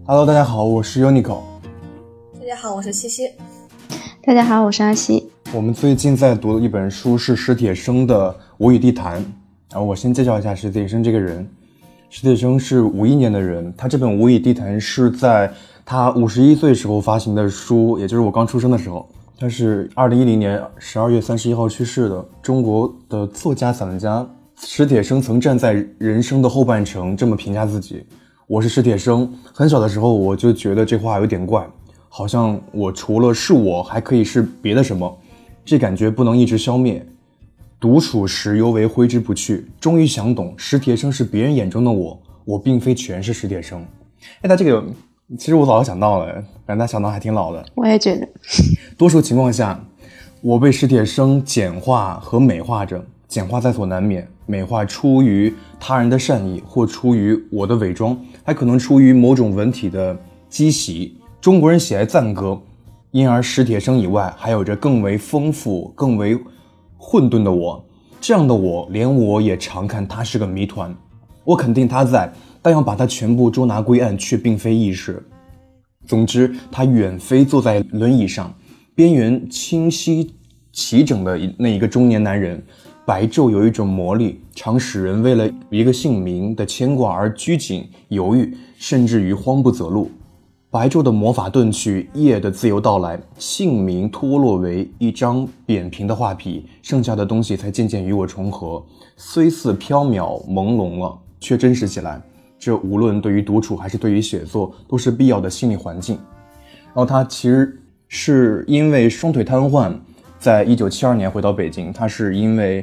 Hello， 大家好，我是 Unico。 大家好，我是七七。 大家好，我是阿西。 我们最近在读的一本书是史铁生的《我与地坛》。然后我先介绍一下史铁生这个人。史铁生是51年的人，他这本《我与地坛》是在他51岁时候发行的书，也就是我刚出生的时候。他是2010年12月31号去世的中国的作家散文家。史铁生曾站在人生的后半程这么评价自己：我是史铁生，很小的时候我就觉得这话有点怪，好像我除了是我还可以是别的什么，这感觉不能一直消灭。独处时犹为挥之不去，终于想懂史铁生是别人眼中的我并非全是史铁生。他这个其实我早就想到了，感觉他想到还挺老的。 我也觉得多数情况下我被史铁生简化和美化着，简化在所难免，美化出于他人的善意或出于我的伪装，还可能出于某种文体的积习。中国人喜爱赞歌，因而史铁生以外还有着更为丰富更为混沌的我，这样的我连我也常看他是个谜团。我肯定他在，但要把他全部捉拿归案却并非易事。总之他远非坐在轮椅上边缘清晰齐整的那一个中年男人。白昼有一种魔力，常使人为了一个姓名的牵挂而拘谨犹豫，甚至于慌不择路。白昼的魔法遁去，夜的自由到来，姓名脱落为一张扁平的画皮，剩下的东西才渐渐与我重合，虽似缥缈朦胧了，却真实起来。这无论对于独处还是对于写作都是必要的心理环境。然后他其实是因为双腿瘫痪，在1972年回到北京。他是因为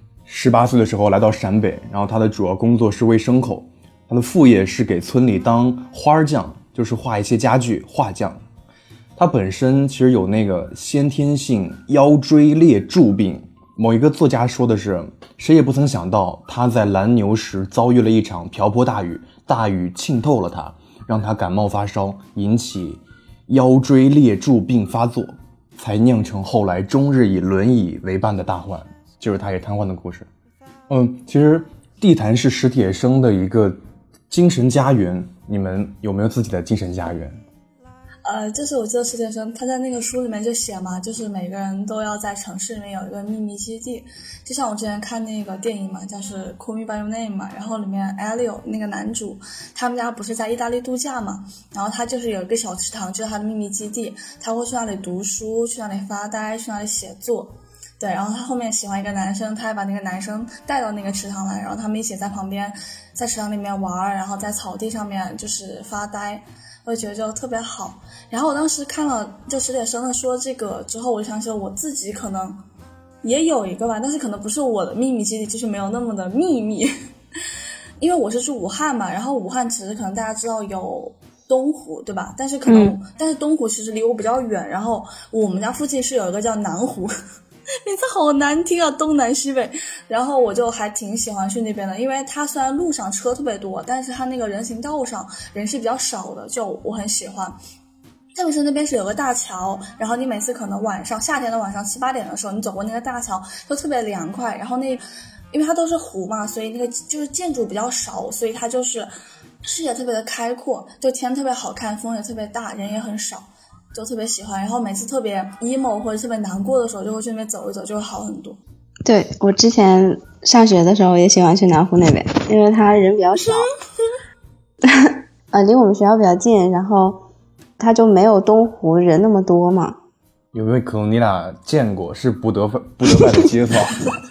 18岁的时候来到陕北，然后他的主要工作是喂牲口，他的副业是给村里当花匠，就是画一些家具，画匠。他本身其实有那个先天性腰椎裂柱病。某一个作家说的是，谁也不曾想到他在蓝牛时遭遇了一场瓢泼大雨，大雨浸透了他，让他感冒发烧，引起腰椎裂柱病发作，才酿成后来终日以轮椅为伴的大患，就是他也瘫痪的故事。其实地坛是史铁生的一个精神家园，你们有没有自己的精神家园？ 就是我记得史铁生他在那个书里面就写嘛，就是每个人都要在城市里面有一个秘密基地。就像我之前看那个电影嘛，叫是 Call Me By Your Name 嘛，然后里面 Elio 那个男主，他们家不是在意大利度假嘛，然后他就是有一个小池塘，就是他的秘密基地，他会去那里读书，去那里发呆，去那里写作。对，然后他后面喜欢一个男生，他还把那个男生带到那个池塘来，然后他们一起在旁边在池塘里面玩，然后在草地上面就是发呆，我就觉得就特别好。然后我当时看了就史铁生的说这个之后，我就想起了我自己可能也有一个吧，但是可能不是我的秘密基地，就是没有那么的秘密因为我是住武汉嘛，然后武汉其实可能大家知道有东湖对吧，但是可能但是东湖其实离我比较远，然后我们家附近是有一个叫南湖名字好难听啊，东南西北。然后我就还挺喜欢去那边的，因为它虽然路上车特别多，但是它那个人行道上人是比较少的，就我很喜欢。特别是那边是有个大桥，然后你每次可能晚上夏天的晚上7、8点的时候，你走过那个大桥就特别凉快。然后因为它都是湖嘛，所以那个就是建筑比较少，所以它就是视野特别的开阔，就天特别好看，风也特别大，人也很少，就特别喜欢。然后每次特别 emo 或者特别难过的时候，就会去那边走一走，就会好很多。 对，我之前上学的时候也喜欢去南湖那边，因为它人比较少离我们学校比较近，然后它就没有东湖人那么多嘛。 有没有可能你俩见过，是不得拜的街坊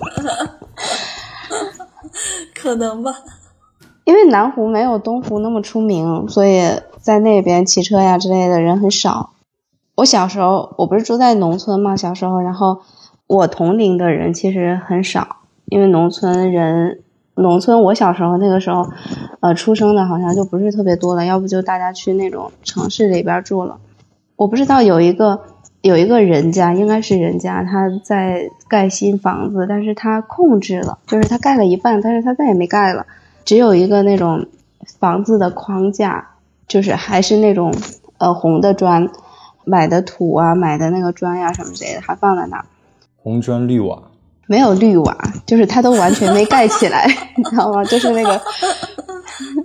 可能吧， 因为南湖没有东湖那么出名，所以在那边骑车呀之类的人很少。我小时候我不是住在农村嘛，小时候，然后我同龄的人其实很少，因为农村我小时候那个时候出生的好像就不是特别多了，要不就大家去那种城市里边住了。我不知道有一个人家，应该是人家，他在盖新房子，但是他控制了，就是他盖了一半，但是他再也没盖了，只有一个那种房子的框架，就是还是那种红的砖，买的土啊，买的那个砖呀什么之类的还放在那儿。 红砖绿瓦？ 没有绿瓦，就是它都完全没盖起来你知道吗？就是那个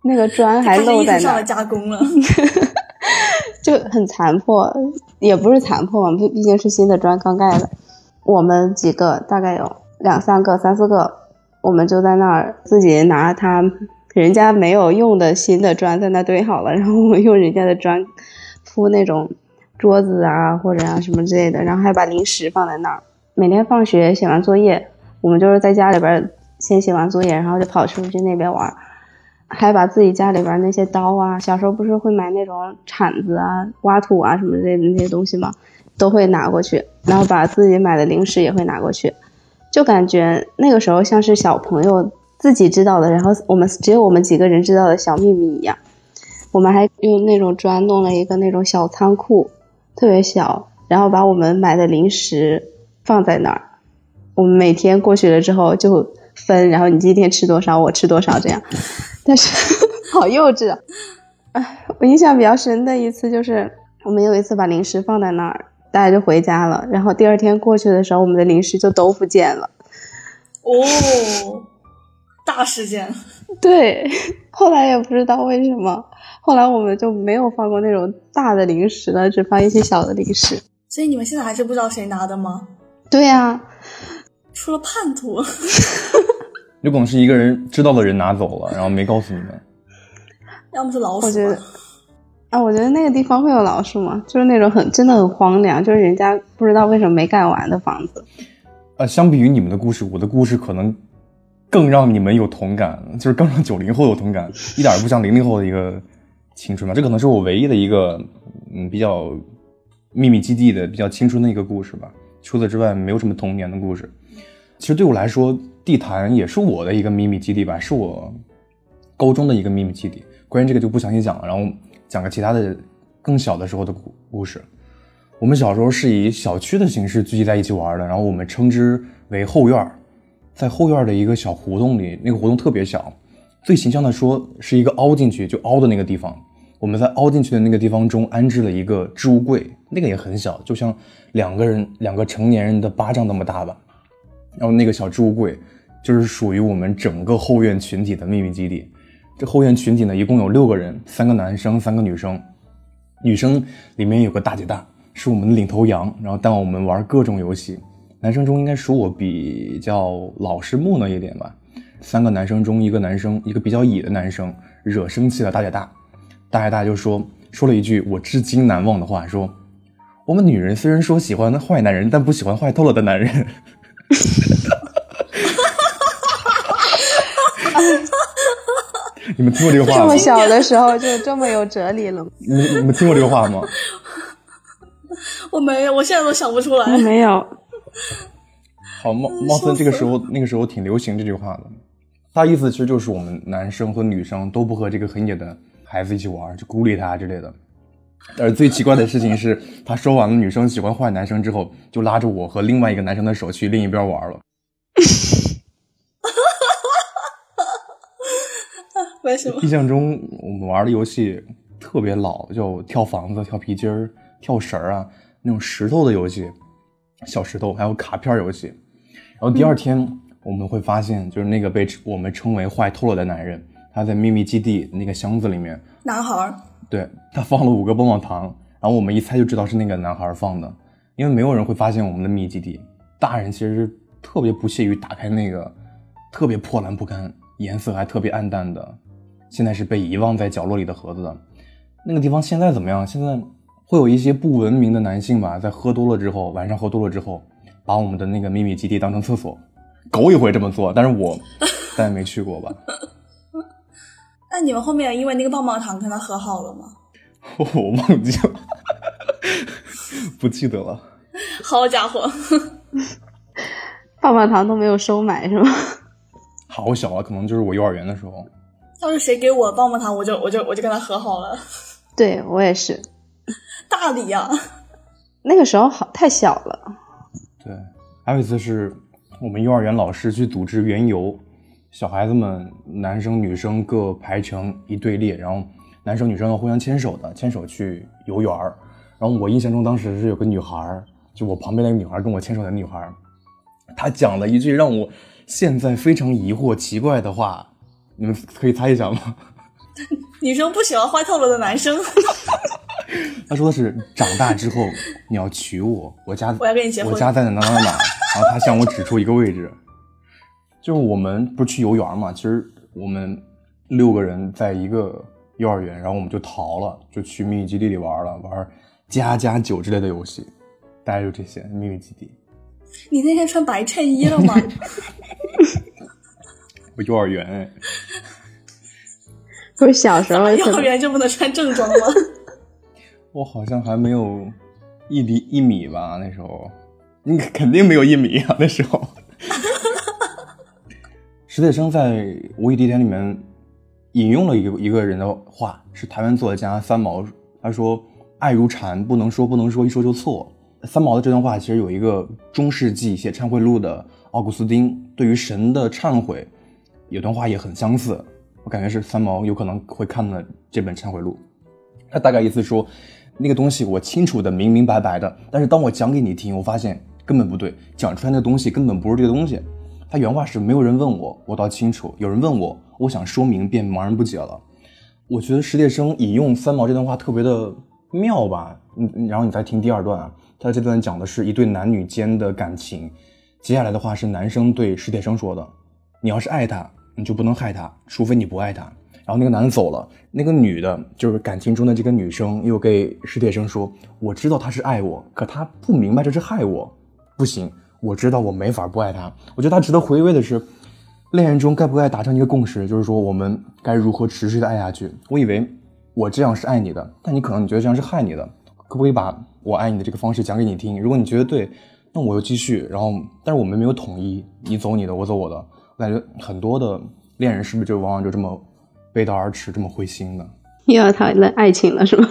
那个砖还露在那儿， 上的加工了， 就很残破，也不是残破嘛，毕竟是新的砖刚盖的。我们几个大概有2、3个、3、4个，我们就在那儿自己拿人家没有用的新的砖在那堆好了，然后我们用人家的砖铺那种桌子啊或者什么之类的，然后还把零食放在那儿。每天放学写完作业，我们就是在家里边先写完作业，然后就跑出去那边玩，还把自己家里边那些刀啊，小时候不是会买那种铲子啊、挖土啊什么之类的那些东西吗？都会拿过去，然后把自己买的零食也会拿过去，就感觉那个时候像是小朋友自己知道的，然后只有我们几个人知道的小秘密一样。我们还用那种砖弄了一个那种小仓库，特别小，然后把我们买的零食放在那儿。我们每天过去了之后就分，然后你今天吃多少我吃多少这样。但是好幼稚啊！我印象比较深的一次就是我们有一次把零食放在那儿，大家就回家了，然后第二天过去的时候我们的零食就都不见了。 哦，大事件。 对，后来也不知道为什么，后来我们就没有放过那种大的零食了，只放一些小的零食。 所以你们现在还是不知道谁拿的吗？ 对呀， 出了叛徒。 有可能是一个人知道的人拿走了，然后没告诉你们。 要么是老鼠。 我觉得那个地方会有老鼠吗？就是那种真的很荒凉，就是人家不知道为什么没盖完的房子。 相比于你们的故事，我的故事可能更让你们有同感，就是更让90后有同感，一点也不像00后的一个青春吧。这可能是我唯一的一个比较秘密基地的比较青春的一个故事吧。除此之外没有什么童年的故事。其实对我来说，地坛也是我的一个秘密基地吧，是我高中的一个秘密基地。关于这个就不详细讲了，然后讲个其他的更小的时候的故事。我们小时候是以小区的形式聚集在一起玩的，然后我们称之为后院。在后院的一个小胡同里，那个胡同特别小，最形象的说是一个凹进去就凹的那个地方。我们在凹进去的那个地方中安置了一个置物柜，那个也很小，就像两个成年人的巴掌那么大吧。然后那个小置物柜就是属于我们整个后院群体的秘密基地。这后院群体呢，一共有6个人，3个男生3个女生。女生里面有个大姐大，是我们的领头羊，然后带我们玩各种游戏。男生中应该属我比较老实木讷一点吧。3个男生中一个比较野的男生惹生气了大姐大，大姐大就说了一句我至今难忘的话，说我们女人虽然说喜欢坏男人，但不喜欢坏透了的男人。你们听过这个话吗？ 这么小的时候就这么有哲理了。 你们听过这个话吗？ 我没有，我现在都想不出来。 我没有。 好，貌似那个时候挺流行这句话的。他意思其实就是我们男生和女生都不和这个很野的孩子一起玩，就孤立他之类的。但是最奇怪的事情是，他说完了女生喜欢坏男生之后，就拉着我和另外一个男生的手去另一边玩了。 为什么？ 印象中我们玩的游戏特别老，就跳房子、跳皮筋儿、跳绳啊，那种石头的游戏，小石头，还有卡片游戏。然后第二天我们会发现，就是那个被我们称为坏透了的男人，他在秘密基地那个箱子里面， 男孩，对， 他放了5个棒棒糖，然后我们一猜就知道是那个男孩放的，因为没有人会发现我们的秘密基地。大人其实特别不屑于打开那个特别破烂不堪、颜色还特别暗淡的，现在是被遗忘在角落里的盒子的那个地方。现在怎么样？现在会有一些不文明的男性吧，在晚上喝多了之后，把我们的那个秘密基地当成厕所。狗也会这么做，但是我再也没去过吧。 那你们后面因为那个棒棒糖跟他和好了吗？ 我忘记了，不记得了。 好家伙， 棒棒糖都没有收买是吗？ 好小啊，可能就是我幼儿园的时候。 要是谁给我棒棒糖，我就跟他和好了。 对，我也是。 大礼啊！ 那个时候太小了。 对，还有一次是我们幼儿园老师去组织园游，小孩子们男生女生各排成一队列，然后男生女生要互相牵手去游园。然后我印象中当时是有个女孩，就我旁边那个女孩跟我牵手的女孩，她讲了一句让我现在非常疑惑奇怪的话，你们可以猜一下吗？ 女生不喜欢坏透了的男生。 他说的是长大之后你要娶我，我要跟你结婚，我家在哪，然后他向我指出一个位置。就是我们不是去游园嘛，其实我们6个人在一个幼儿园，然后我们就逃了，就去秘密基地里玩家家酒之类的游戏，大概就这些。秘密基地。 你那天穿白衬衣了吗？ 我幼儿园不是小时候幼儿园就不能穿正装吗？ 我好像还没有一米吧，那时候你肯定没有1米啊，那时候。史铁生在《无意地点》里面引用了一个人的话，是台湾作家三毛，他说爱如蝉，不能说，不能说，一说就错。三毛的这段话其实有一个中世纪写忏悔录的奥古斯丁对于神的忏悔有段话也很相似，我感觉是三毛有可能会看的这本忏悔录。他大概意思说，那个东西我清楚的明明白白的，但是当我讲给你听，我发现根本不对，讲出来的东西根本不是这个东西。他原话是没有人问我，我倒清楚；有人问我，我想说明便茫然不解了。我觉得史铁生引用三毛这段话特别的妙吧。然后你再听第2段啊，他这段讲的是一对男女间的感情，接下来的话是男生对史铁生说的：你要是爱他，你就不能害他，除非你不爱他。然后那个男的走了，那个女的就是感情中的这个女生又给史铁生说：我知道他是爱我，可他不明白这是害我，不行，我知道我没法不爱他。我觉得他值得回味的是，恋人中该不该达成一个共识，就是说我们该如何持续的爱下去。我以为我这样是爱你的，但你可能觉得这样是害你的，可不可以把我爱你的这个方式讲给你听？如果你觉得对，那我又继续。然后但是我们没有统一，你走你的，我走我的。我感觉很多的恋人是不是就往往就这么背道而驰，这么灰心呢？ 又要讨论爱情了是吗？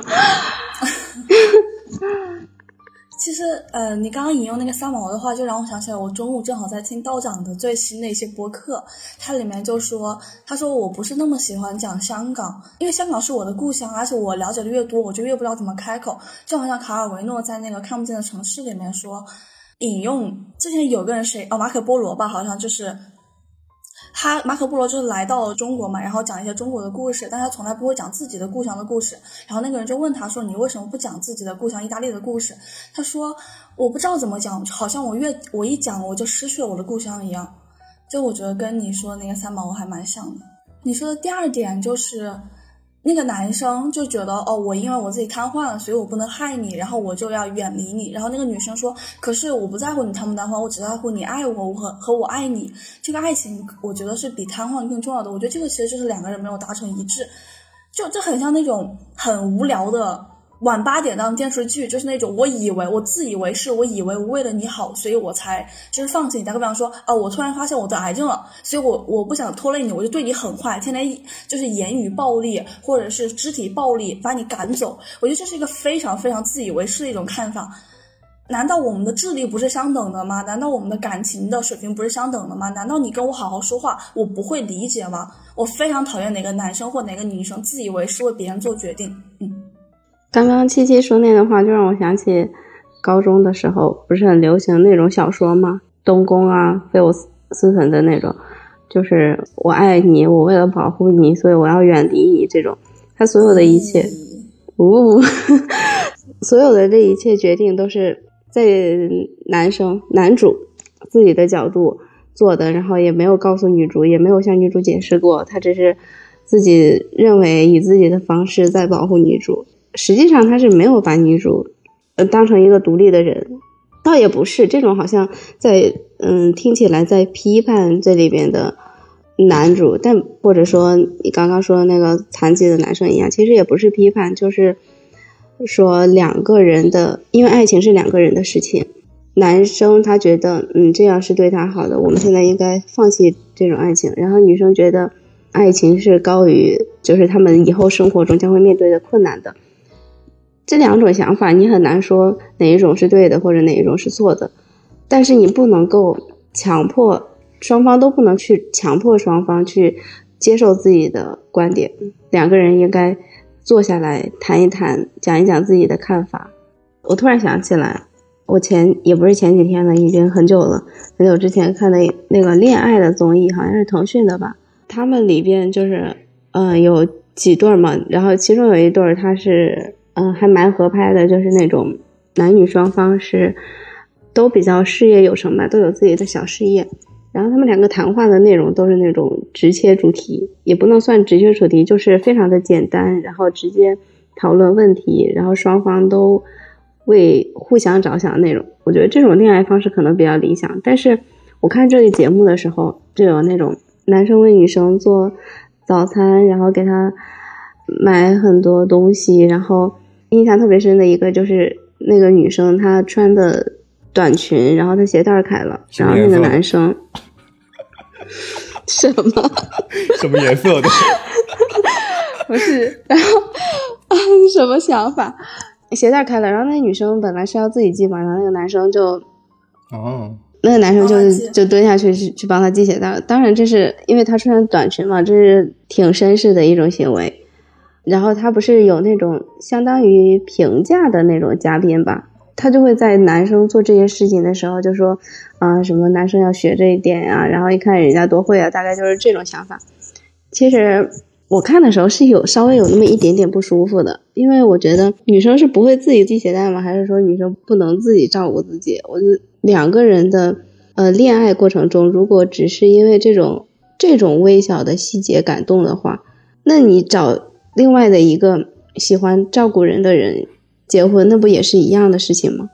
其实你刚刚引用那个三毛的话，就让我想起来，我中午正好在听道长的最新的一些播客，它里面就说，他说我不是那么喜欢讲香港，因为香港是我的故乡，而且我了解的越多，我就越不知道怎么开口。就好像卡尔维诺在那个看不见的城市里面说，引用之前有个人谁马可波罗吧，好像就是马可波罗就是来到中国嘛，然后讲一些中国的故事，但他从来不会讲自己的故乡的故事。然后那个人就问他说，你为什么不讲自己的故乡意大利的故事？他说我不知道怎么讲，好像我一讲我就失去了我的故乡一样。就我觉得跟你说的那个三毛还蛮像的。你说的第2点就是那个男生就觉得我因为我自己瘫痪了，所以我不能害你，然后我就要远离你。然后那个女生说，可是我不在乎你瘫不瘫痪，我只在乎你爱我和我爱你。这个爱情我觉得是比瘫痪更重要的。我觉得这个其实就是2个人没有达成一致，就这很像那种很无聊的晚8点档电视剧，就是那种我自以为是，我以为我为了你好，所以我才就是放弃你。打个比方说我突然发现我得癌症了，所以我不想拖累你，我就对你很坏，天天就是言语暴力或者是肢体暴力把你赶走。我觉得这是一个非常非常自以为是的一种看法。难道我们的智力不是相等的吗？难道我们的感情的水平不是相等的吗？难道你跟我好好说话我不会理解吗？我非常讨厌哪个男生或哪个女生自以为是为别人做决定。 刚刚七七说那段话就让我想起高中的时候不是很流行那种小说吗？东宫啊，费沃斯特的那种，就是我爱你，我为了保护你，所以我要远离你，这种他所有的一切所有的这一切决定都是在男主自己的角度做的，然后也没有告诉女主，也没有向女主解释过，他只是自己认为以自己的方式在保护女主，实际上他是没有把女主当成一个独立的人。倒也不是这种好像在听起来在批判这里边的男主，但或者说你刚刚说的那个残疾的男生一样，其实也不是批判，就是说2个人的，因为爱情是2个人的事情，男生他觉得这样是对他好的，我们现在应该放弃这种爱情，然后女生觉得爱情是高于就是他们以后生活中将会面对的困难的。这2种想法你很难说哪一种是对的或者哪一种是错的，但是你不能够强迫双方，都不能去强迫双方去接受自己的观点，2个人应该坐下来谈一谈，讲一讲自己的看法。我突然想起来，我也不是前几天了，已经很久之前看的那个恋爱的综艺，好像是腾讯的吧，他们里边就是有几对嘛，然后其中有一对他是还蛮合拍的，就是那种男女双方是都比较事业有成吧，都有自己的小事业。然后他们两个谈话的内容都是那种直切主题，也不能算直切主题，就是非常的简单，然后直接讨论问题，然后双方都为互相着想的那种。我觉得这种恋爱方式可能比较理想。但是我看这个节目的时候，就有那种男生为女生做早餐，然后给她买很多东西，然后印象特别深的一个就是那个女生她穿的短裙，然后她鞋带开了，然后那个男生什么什么颜色的不是，然后什么想法，鞋带开了，然后那女生本来是要自己系嘛，然后那个男生就那个男生就蹲下去帮她系鞋带。当然这是因为她穿短裙嘛，这是挺绅士的一种行为。然后他不是有那种相当于评价的那种嘉宾吧，他就会在男生做这些事情的时候就说什么男生要学这一点呀，然后一看人家多会啊，大概就是这种想法。其实我看的时候是稍微有那么一点点不舒服的，因为我觉得女生是不会自己系鞋带吗？还是说女生不能自己照顾自己？我觉得两个人的恋爱过程中，如果只是因为这种微小的细节感动的话，那你找另外的一个喜欢照顾人的人结婚，那不也是一样的事情吗？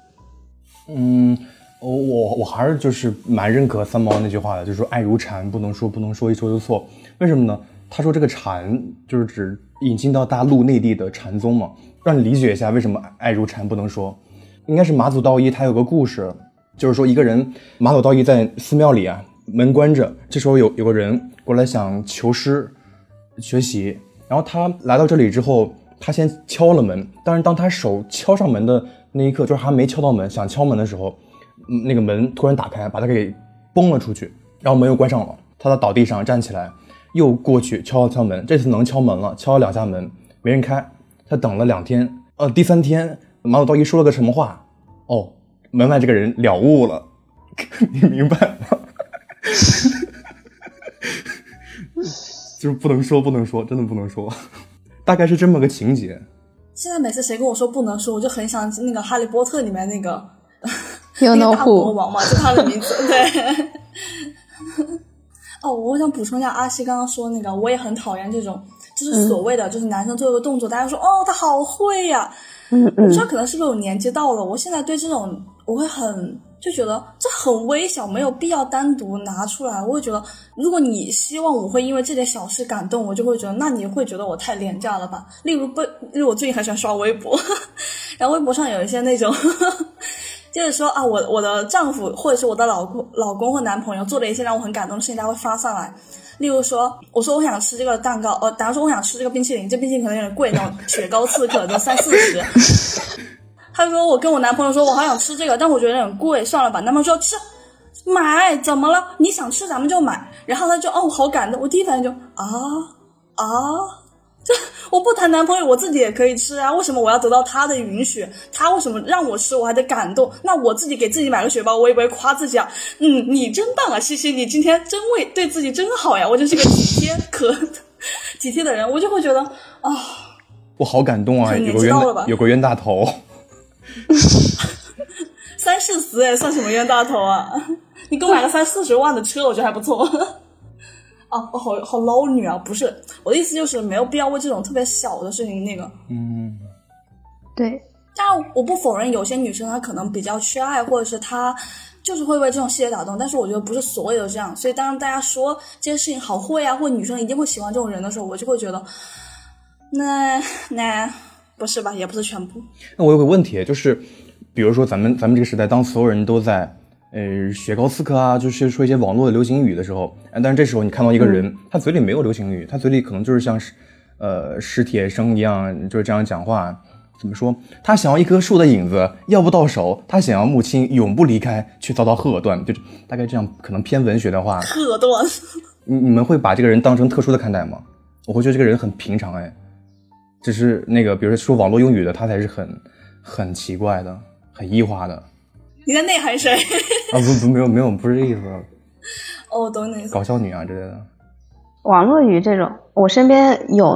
我还是就是蛮认可三毛那句话的，就是说爱如蝉，不能说一说就错。为什么呢？他说这个蝉就是指引进到大陆内地的禅宗嘛，让你理解一下为什么爱如蝉不能说。应该是马祖道一他有个故事，就是说一个人马祖道一在寺庙里啊，门关着，这时候有个人过来想求师学习，然后他来到这里之后，他先敲了门，但是当他手敲上门的那一刻，就是还没敲到门，想敲门的时候，那个门突然打开，把他给崩了出去，然后门又关上了，他倒地上站起来，又过去敲门，这次能敲门了，敲了2下门没人开，他等了2天，第3天马祖道一说了个什么话？门外这个人了悟了，你明白吗？就是不能说，真的不能说，大概是这么个情节。 现在每次谁跟我说不能说，我就很想那个哈利波特里面那个那个大魔王嘛，就他的名字。对。我想补充一下阿西刚刚说那个，我也很讨厌这种就是所谓的就是男生做一个动作，大家说他好会呀。我不知道可能是不是我年纪到了，我现在对这种我会就觉得这很微小，没有必要单独拿出来。我会觉得如果你希望我会因为这点小事感动，我就会觉得那你会觉得我太廉价了吧。例如我最近很喜欢刷微博，然后微博上有一些那种就是说我的丈夫或者是我的老公或男朋友做了一些让我很感动的事情，他会发上来。例如说我说我想吃这个蛋糕，假如说我想吃这个冰淇淋，这冰淇淋可能有点贵，那种雪糕刺客的30-40，他说我跟我男朋友说我好想吃这个，但我觉得有点贵，算了吧。男朋友说吃买，怎么了？你想吃咱们就买。然后他就好感动，我第一反应就这我不谈男朋友我自己也可以吃啊，为什么我要得到他的允许？他为什么让我吃我还得感动？那我自己给自己买个雪糕，我也不会夸自己啊。你真棒啊，西西，你今天真对自己真好呀，我就是个体贴的人，我就会觉得我好感动啊，有个冤大头。 30-40算什么冤大头啊？你给我买个30-40万的车，我觉得还不错。好捞女啊！不是，我的意思就是没有必要为这种特别小的事情那个。 对。 当然，我不否认有些女生她可能比较缺爱，或者是她就是会为这种细节打动，但是我觉得不是所有的这样。所以当大家说这件事情好会啊，或者女生一定会喜欢这种人的时候，我就会觉得，那不是吧？也不是全部。 那我有个问题，就是比如说咱们这个时代，当所有人都在雪糕刺客啊，就是说一些网络的流行语的时候，但是这时候你看到一个人，他嘴里没有流行语，他嘴里可能就是像史铁生一样，就是这样讲话。怎么说？他想要一棵树的影子，要不到手；他想要母亲永不离开，却遭到喝断。就大概这样，可能偏文学的话， 喝断。 你们会把这个人当成特殊的看待吗？我会觉得这个人很平常，只是那个，比如说网络用语的，他才是很奇怪的，很异化的。 你在内涵谁？ 没有，不是这意思。 我懂你。 搞笑女啊之类的。 网络语这种，我身边有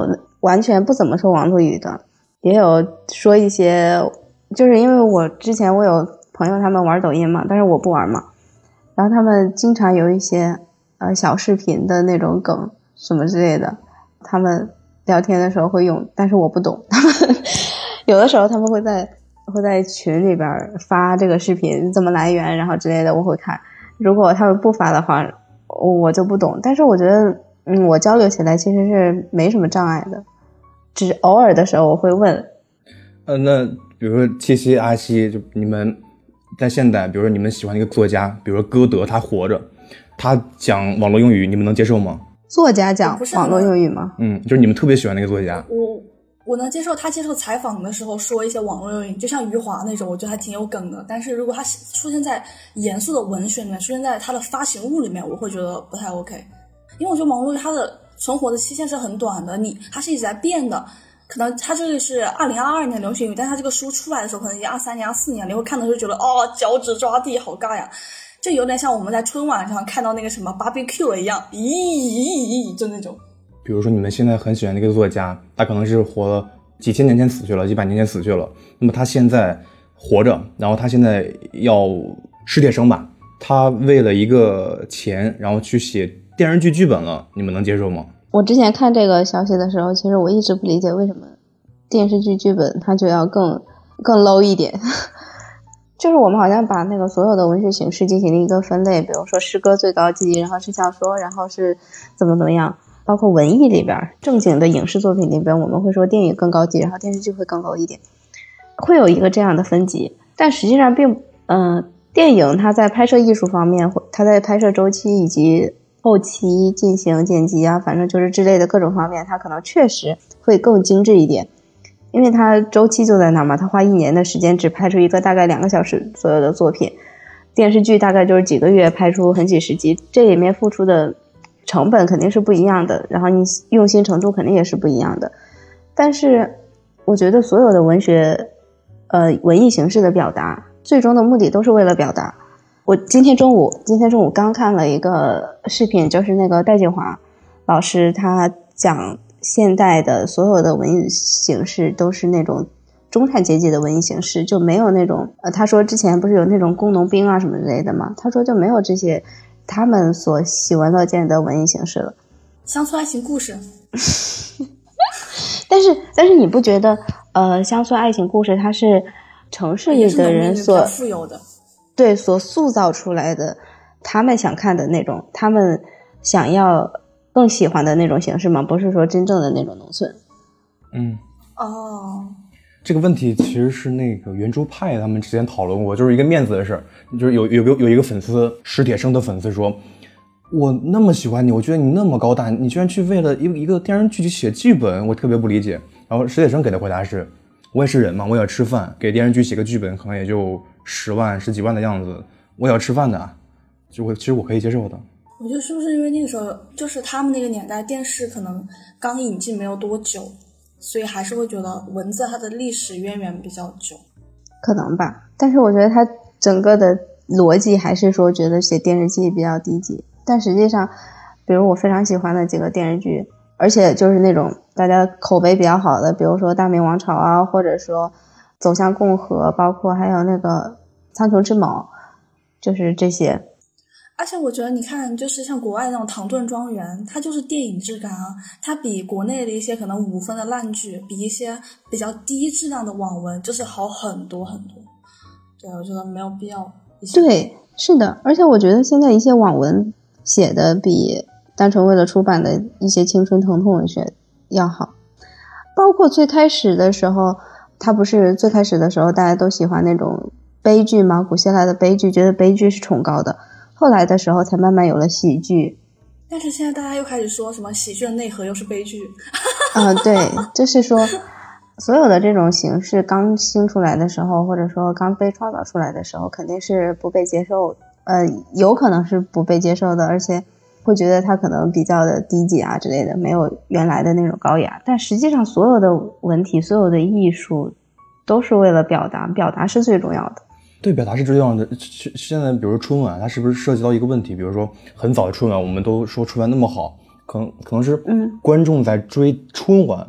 完全不怎么说网络语的，也有说一些，就是因为我之前我有朋友他们玩抖音嘛，但是我不玩嘛，然后他们经常有一些小视频的那种梗什么之类的，他们聊天的时候会用，但是我不懂，他们有的时候他们会在群里边发这个视频怎么来源然后之类的，我会看，如果他们不发的话我就不懂，但是我觉得我交流起来其实是没什么障碍的，只是偶尔的时候我会问。 那比如说七七阿西，就你们在现代，比如说你们喜欢的一个作家，比如说歌德，他活着，他讲网络用语，你们能接受吗？ 作家讲网络用语吗？ 就是你们特别喜欢那个作家。 我能接受他接受采访的时候说一些网络用语，就像余华那种，我觉得还挺有梗的。但是如果他出现在严肃的文学里面，出现在他的发行物里面，我会觉得不太 OK。因为我觉得网络用语它的存活的期限是很短的，它是一直在变的。可能它这个是2022年流行语，但它这个书出来的时候可能已经23年、24年，你会看的时候觉得脚趾抓地好尬呀，就有点像我们在春晚上看到那个什么 barbecue 一样，咦，就那种。 比如说你们现在很喜欢那个作家，他可能是活了几千年前死去了，几百年前死去了，那么他现在活着，然后他现在要史铁生吧，他为了一个钱然后去写电视剧剧本了，你们能接受吗？ 我之前看这个消息的时候，其实我一直不理解为什么电视剧剧本它就要更 low 一点就是我们好像把那个所有的文学形式进行了一个分类，比如说诗歌最高级，然后是小说，然后是怎么样，包括文艺里边正经的影视作品里边，我们会说电影更高级，然后电视剧会更 low 一点，会有一个这样的分级。但实际上电影它在拍摄艺术方面，它在拍摄周期以及后期进行剪辑啊，反正就是之类的各种方面，它可能确实会更精致一点，因为它周期就在那嘛，它花1年的时间只拍出一个大概2个小时左右的作品，电视剧大概就是几个月拍出很几十集，这里面付出的成本肯定是不一样的，然后你用心程度肯定也是不一样的。但是我觉得所有的文艺形式的表达，最终的目的都是为了表达。我今天中午刚看了一个视频，就是那个戴锦华老师他讲现代的所有的文艺形式都是那种中产阶级的文艺形式，就没有那种他说之前不是有那种工农兵啊什么之类的吗？他说就没有这些他们所喜闻乐见的文艺形式了。 乡村爱情故事但是你不觉得乡村爱情故事它是城市里的人所富有的， 对，所塑造出来的，他们想看的那种，他们想要更喜欢的那种形式吗？不是说真正的那种农村。 这个问题其实是那个圆桌派他们之前讨论过，就是一个面子的事，就是有一个粉丝，史铁生的粉丝说，我那么喜欢你，我觉得你那么高大，你居然去为了一个电视剧去写剧本，我特别不理解。然后史铁生给的回答是，我也是人嘛，我也要吃饭，给电视剧写个剧本可能也就10万10几万的样子，我也要吃饭的，其实我可以接受的。 我觉得是不是因为那个时候就是他们那个年代电视可能刚引进没有多久，所以还是会觉得文字它的历史渊源比较久， 可能吧。但是我觉得它整个的逻辑还是说觉得写电视剧比较低级，但实际上比如我非常喜欢的几个电视剧，而且就是那种大家口碑比较好的，比如说大明王朝啊，或者说走向共和，包括还有那个苍穹之矛，就是这些。 而且我觉得你看就是像国外那种唐顿庄园，它就是电影质感啊，它比国内的一些可能5分的烂剧，比一些比较低质量的网文就是好很多很多。对，我觉得没有必要。 对，是的，而且我觉得现在一些网文写的比单纯为了出版的一些青春疼痛文学要好。包括最开始的时候，它不是最开始的时候大家都喜欢那种悲剧吗？古希腊的悲剧，觉得悲剧是崇高的，后来的时候才慢慢有了喜剧。 但是现在大家又开始说什么喜剧的内核又是悲剧。 对，就是说所有的这种形式刚兴出来的时候，或者说刚被创造出来的时候，肯定是不被接受，有可能是不被接受的，而且会觉得它可能比较的低级啊之类的，没有原来的那种高雅。但实际上所有的文体，所有的艺术都是为了表达，表达是最重要的。 对，表达是最重要的。现在比如说春晚，它是不是涉及到一个问题，比如说很早的春晚我们都说春晚那么好，可能是观众在追春晚，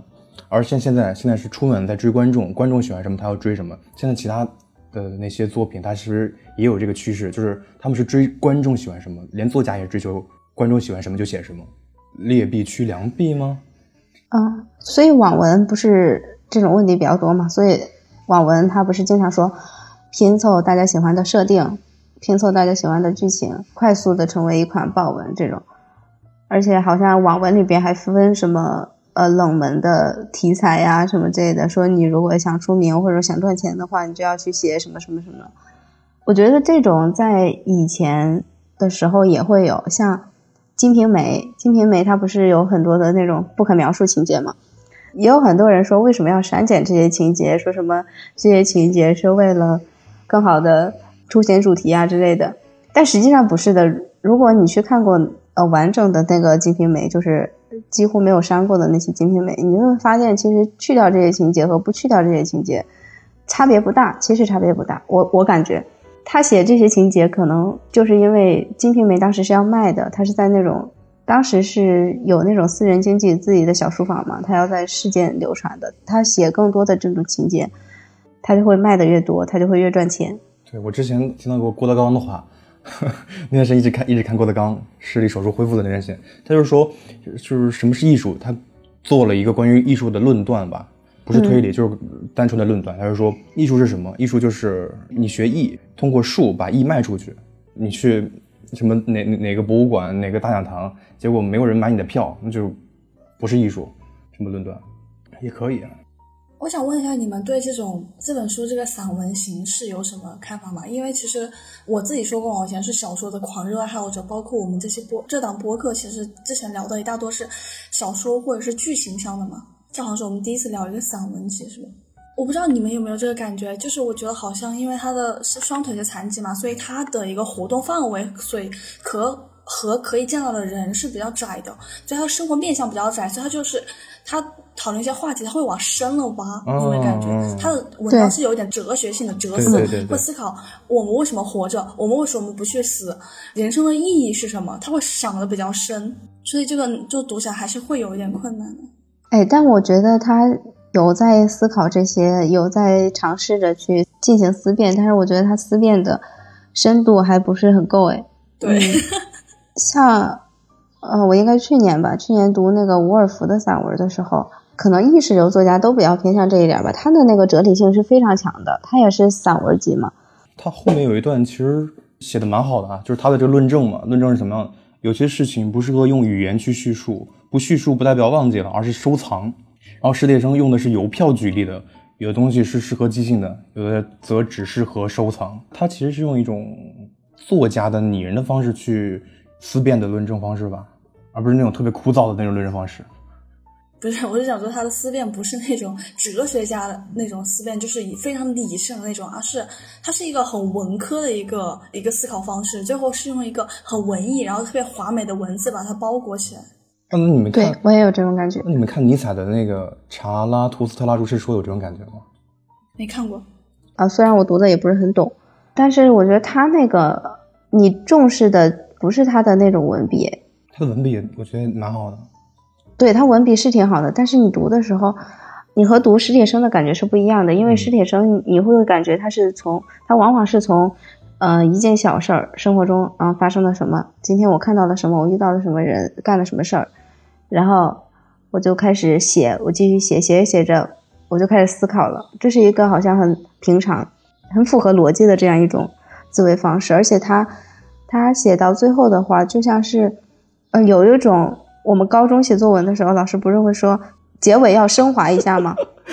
而现在是春晚在追观众，观众喜欢什么他要追什么。现在其他的那些作品它其实也有这个趋势，就是他们是追观众喜欢什么，连作家也追求观众喜欢什么就写什么。劣币驱良币吗？ 所以网文不是这种问题比较多嘛，所以网文它不是经常说拼凑大家喜欢的设定，拼凑大家喜欢的剧情，快速的成为一款爆文这种。而且好像网文里边还分什么冷门的题材呀什么之类的，说你如果想出名或者想赚钱的话，你就要去写什么什么什么。我觉得这种在以前的时候也会有，像金瓶梅它不是有很多的那种不可描述情节吗？也有很多人说为什么要删减这些情节，说什么这些情节是为了更好的凸显主题啊之类的，但实际上不是的。如果你去看过完整的那个金瓶梅，就是几乎没有删过的那些金瓶梅，你会发现其实去掉这些情节和不去掉这些情节差别不大，其实差别不大。我感觉他写这些情节可能就是因为金瓶梅当时是要卖的，他是在那种当时是有那种私人经济自己的小书房嘛，他要在世间流传的，他写更多的这种情节他就会卖的越多，他就会越赚钱。 对，我之前听到过郭德纲的话，那段时间一直看郭德纲视力手术恢复的那段时间，他就是说就是什么是艺术，他做了一个关于艺术的论断吧，不是推理，就是单纯的论断。他就说艺术是什么？艺术就是你学艺，通过术把艺卖出去，你去什么哪个博物馆哪个大讲堂，结果没有人买你的票，那就不是艺术。什么论断也可以啊。 我想问一下，你们对这本书这个散文形式有什么看法吗？因为其实我自己说过，我以前是小说的狂热爱好者，包括我们这档播客，其实之前聊的一大多是小说或者是剧情上的嘛。这好像是我们第一次聊一个散文集，是吧？我不知道你们有没有这个感觉，就是我觉得好像因为他的是双腿的残疾嘛，所以他的一个活动范围，所以可以见到的人是比较窄的，所以他的生活面向比较窄，所以他讨论一些话题，他会往深了挖，你有没有感觉？他的文章是有一点哲学性的哲思，会思考我们为什么活着，我们为什么不去死，人生的意义是什么，他会想的比较深，所以这个就读起来还是会有一点困难的。 但我觉得他有在思考这些，有在尝试着去进行思辨，但是我觉得他思辨的深度还不是很够。 对， 像我应该去年读那个伍尔夫的散文的时候，可能意识流作家都比较偏向这一点吧，他的那个哲理性是非常强的，他也是散文集嘛。 他后面有一段其实写的蛮好的啊，就是他的这个论证嘛，论证是怎么样？有些事情不适合用语言去叙述，不叙述不代表忘记了，而是收藏。然后史铁生用的是邮票举例的，有的东西是适合记性的，有的则只适合收藏。他其实是用一种作家的拟人的方式去思辨的论证方式吧，而不是那种特别枯燥的那种论证方式。 不是，我是想说他的思辨不是那种哲学家的那种思辨，就是以非常理性的那种，而是它是一个很文科的一个思考方式，最后是用一个很文艺然后特别华美的文字把它包裹起来。 那你们看， 对，我也有这种感觉。 那你们看尼采的那个《查拉图斯特拉如是说》有这种感觉吗？ 没看过虽然我读的也不是很懂，但是我觉得他那个你重视的不是他的那种文笔， 他的文笔我觉得蛮好的。 对，他文笔是挺好的，但是你读的时候，你和读史铁生的感觉是不一样的，因为史铁生你会感觉他往往是从一件小事儿，生活中发生了什么，今天我看到了什么，我遇到了什么人，干了什么事儿，然后我就开始写，我继续写，写着我就开始思考了，这是一个好像很平常很符合逻辑的这样一种思维方式。而且他写到最后的话就像是有一种我们高中写作文的时候老师不是会说结尾要升华一下吗？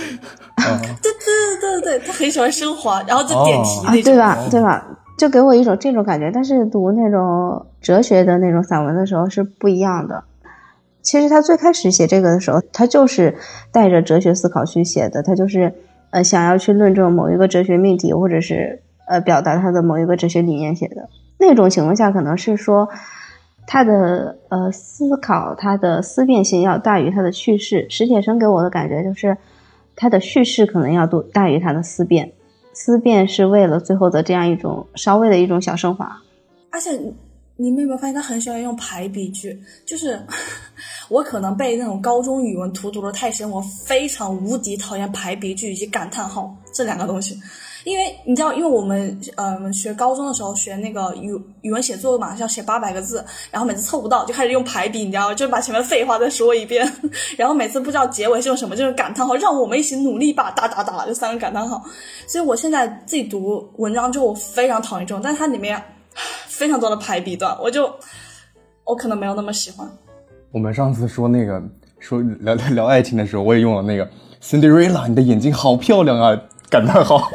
对，他很喜欢升华，然后就点题那种， 对吧？就给我一种这种感觉。但是读那种哲学的那种散文的时候是不一样的。其实他最开始写这个的时候，他就是带着哲学思考去写的，他就是想要去论证某一个哲学命题，或者是表达他的某一个哲学理念写的。那种情况下可能是说他的思考，他的思辨性要大于他的叙事。史铁生给我的感觉就是他的叙事可能要大于他的思辨，思辨是为了最后的这样一种稍微的一种小升华。 而且你们有没有发现他很喜欢用排比句，就是我可能被那种高中语文荼毒的太深，我非常无敌讨厌排比句以及感叹号这两个东西。因为你知道，因为我们学高中的时候学那个语文写作嘛，要写800个字，然后每次凑不到就开始用排比，你知道吗？就把前面的废话再说一遍，然后每次不知道结尾是用什么，就是感叹号，让我们一起努力吧，打打打，就3个感叹号。所以我现在自己读文章之后，我非常讨厌这种，但是它里面非常多的排比段，我可能没有那么喜欢。 我们上次说那个聊爱情的时候，我也用了那个 Cinderella， 你的眼睛好漂亮啊！感叹号。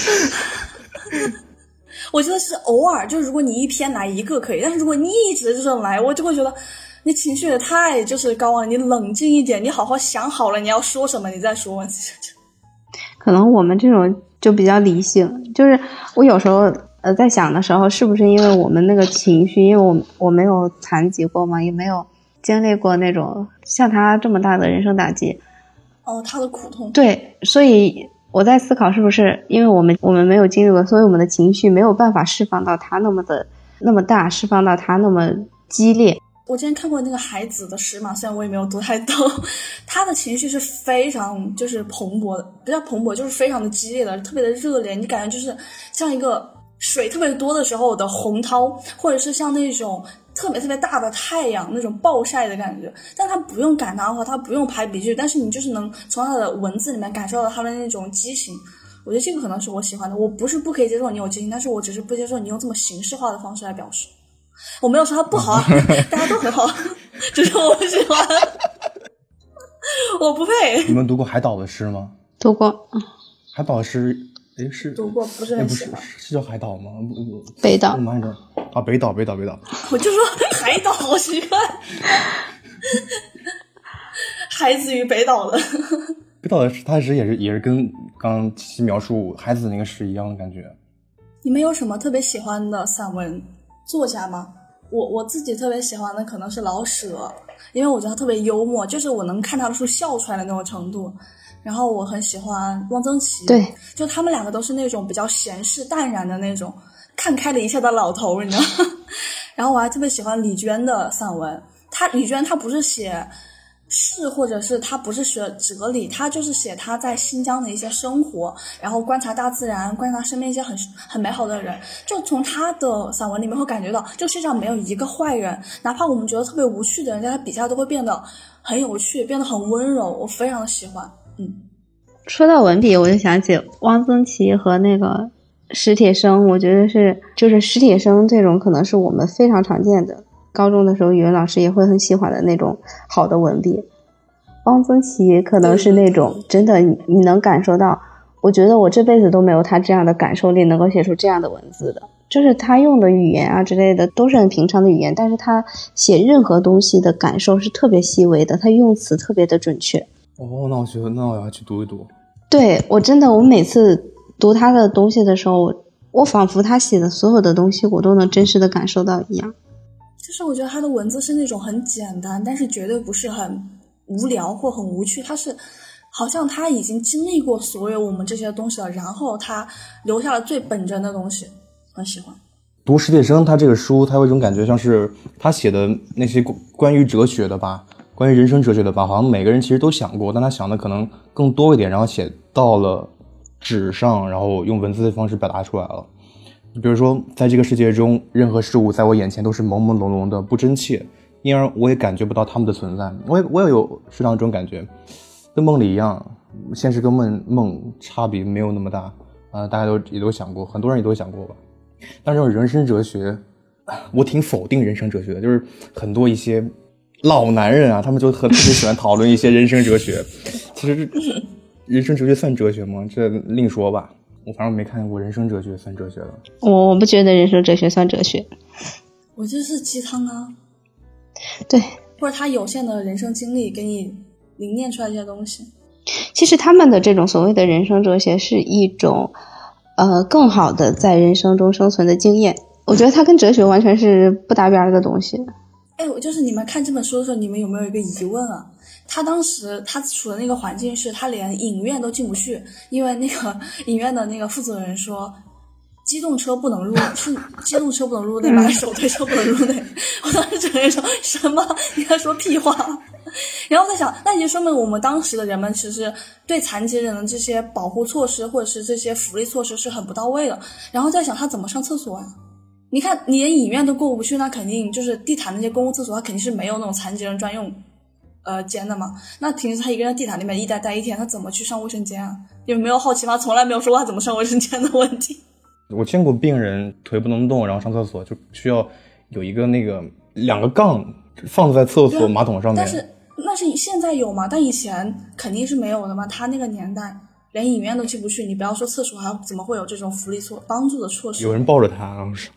我觉得是偶尔，就是如果你一篇来一个可以，但是如果你一直这种来，我就会觉得你情绪也太就是高昂了，你冷静一点，你好好想好了你要说什么，你再说。 可能我们这种就比较理性，就是我有时候在想的时候，是不是因为我们那个情绪，因为我没有残疾过嘛，也没有经历过那种像他这么大的人生打击。 他的苦痛。 对，所以我在思考是不是因为我们没有经历过，所以我们的情绪没有办法释放到他那么大，释放到他那么激烈。 我之前看过那个海子的诗嘛，虽然我也没有读太懂，他的情绪是非常就是蓬勃的，不叫蓬勃，就是非常的激烈的，特别的热烈，你感觉就是像一个水特别多的时候的洪涛，或者是像那种特别特别大的太阳那种暴晒的感觉。但他不用感叹号，他不用排比句，但是你就是能从他的文字里面感受到他的那种激情。我觉得这个可能是我喜欢的。我不是不可以接受你有激情，但是我只是不接受你用这么形式化的方式来表示。我没有说他不好啊，大家都很好，只是我不喜欢，我不配。 你们读过海岛的诗吗？ 读过。 海岛诗是读过，不是很喜欢。 是叫海岛吗？ 北岛啊，北岛。 我就说海岛好奇怪，海子与北岛的。 北岛的诗，他的诗也是跟刚刚七描述海子那个诗一样的感觉。 你们有什么特别喜欢的散文作家吗？我自己特别喜欢的可能是老舍，因为我觉得他特别幽默，就是我能看他的书笑出来的那种程度。然后我很喜欢汪曾祺， 对， 就他们两个都是那种比较闲适淡然的那种，看开了一切的老头，你知道吗？然后我还特别喜欢李娟的散文，李娟她不是写诗，或者是她不是学哲理，她就是写她在新疆的一些生活，然后观察大自然，观察身边一些很美好的人。就从她的散文里面会感觉到，这个世上没有一个坏人，哪怕我们觉得特别无趣的人，在他笔下都会变得很有趣，变得很温柔，我非常的喜欢。 说到文笔，我就想起汪曾祺和那个史铁生，我觉得就是史铁生这种可能是我们非常常见的，高中的时候语文老师也会很喜欢的那种好的文笔。汪曾祺可能是那种真的你能感受到，我觉得我这辈子都没有他这样的感受力能够写出这样的文字的，就是他用的语言啊之类的都是很平常的语言，但是他写任何东西的感受是特别细微的，他用词特别的准确。 那我要去读一读。 对，我每次读他的东西的时候，我仿佛他写的所有的东西我都能真实的感受到一样。 就是我觉得他的文字是那种很简单，但是绝对不是很无聊或很无趣，他是好像他已经经历过所有我们这些东西了，然后他留下了最本真的东西，很喜欢。 读史铁生他这个书，他有一种感觉像是他写的那些关于哲学的吧，关于人生哲学的吧，好像每个人其实都想过，但他想的可能更多一点，然后写到了纸上，然后用文字的方式表达出来了。比如说，在这个世界中，任何事物在我眼前都是朦朦胧胧的，不真切，因而我也感觉不到它们的存在。我也有时常这种感觉，跟梦里一样，现实跟梦差别没有那么大大家也都想过，很多人也都想过吧。但这种人生哲学，我挺否定人生哲学的，就是很多一些老男人啊，他们就特别喜欢讨论一些人生哲学。其实人生哲学算哲学吗？这另说吧。我反正没看过人生哲学算哲学的。 我不觉得人生哲学算哲学。 我就是鸡汤啊。 对。 或者他有限的人生经历给你凝练出来这些东西。 其实他们的这种所谓的人生哲学是一种更好的在人生中生存的经验。我觉得它跟哲学完全是不搭边的东西。 我就是你们看这本书的时候，你们有没有一个疑问啊？他当时他处的那个环境是他连影院都进不去，因为那个影院的那个负责人说， 机动车不能入，是机动车不能入内吧？手推车不能入内。我当时整个人说什么？你在说屁话？然后在想，那也就说明我们当时的人们其实对残疾人的这些保护措施或者是这些福利措施是很不到位的。然后在想他怎么上厕所啊？你看，你连影院都过不去，那肯定就是地毯那些公共厕所，它肯定是没有那种残疾人专用间的嘛。那平时他一个人在地毯里面一待一天，他怎么去上卫生间啊？有没有好奇吗？从来没有说过他怎么上卫生间的问题。 我见过病人腿不能动，然后上厕所就需要有一个那个2个杠放在厕所马桶上面。 但是那是现在有嘛？但以前肯定是没有的嘛。他那个年代连影院都进不去，你不要说厕所，还怎么会有这种福利帮助的措施？ 有人抱着他，然后是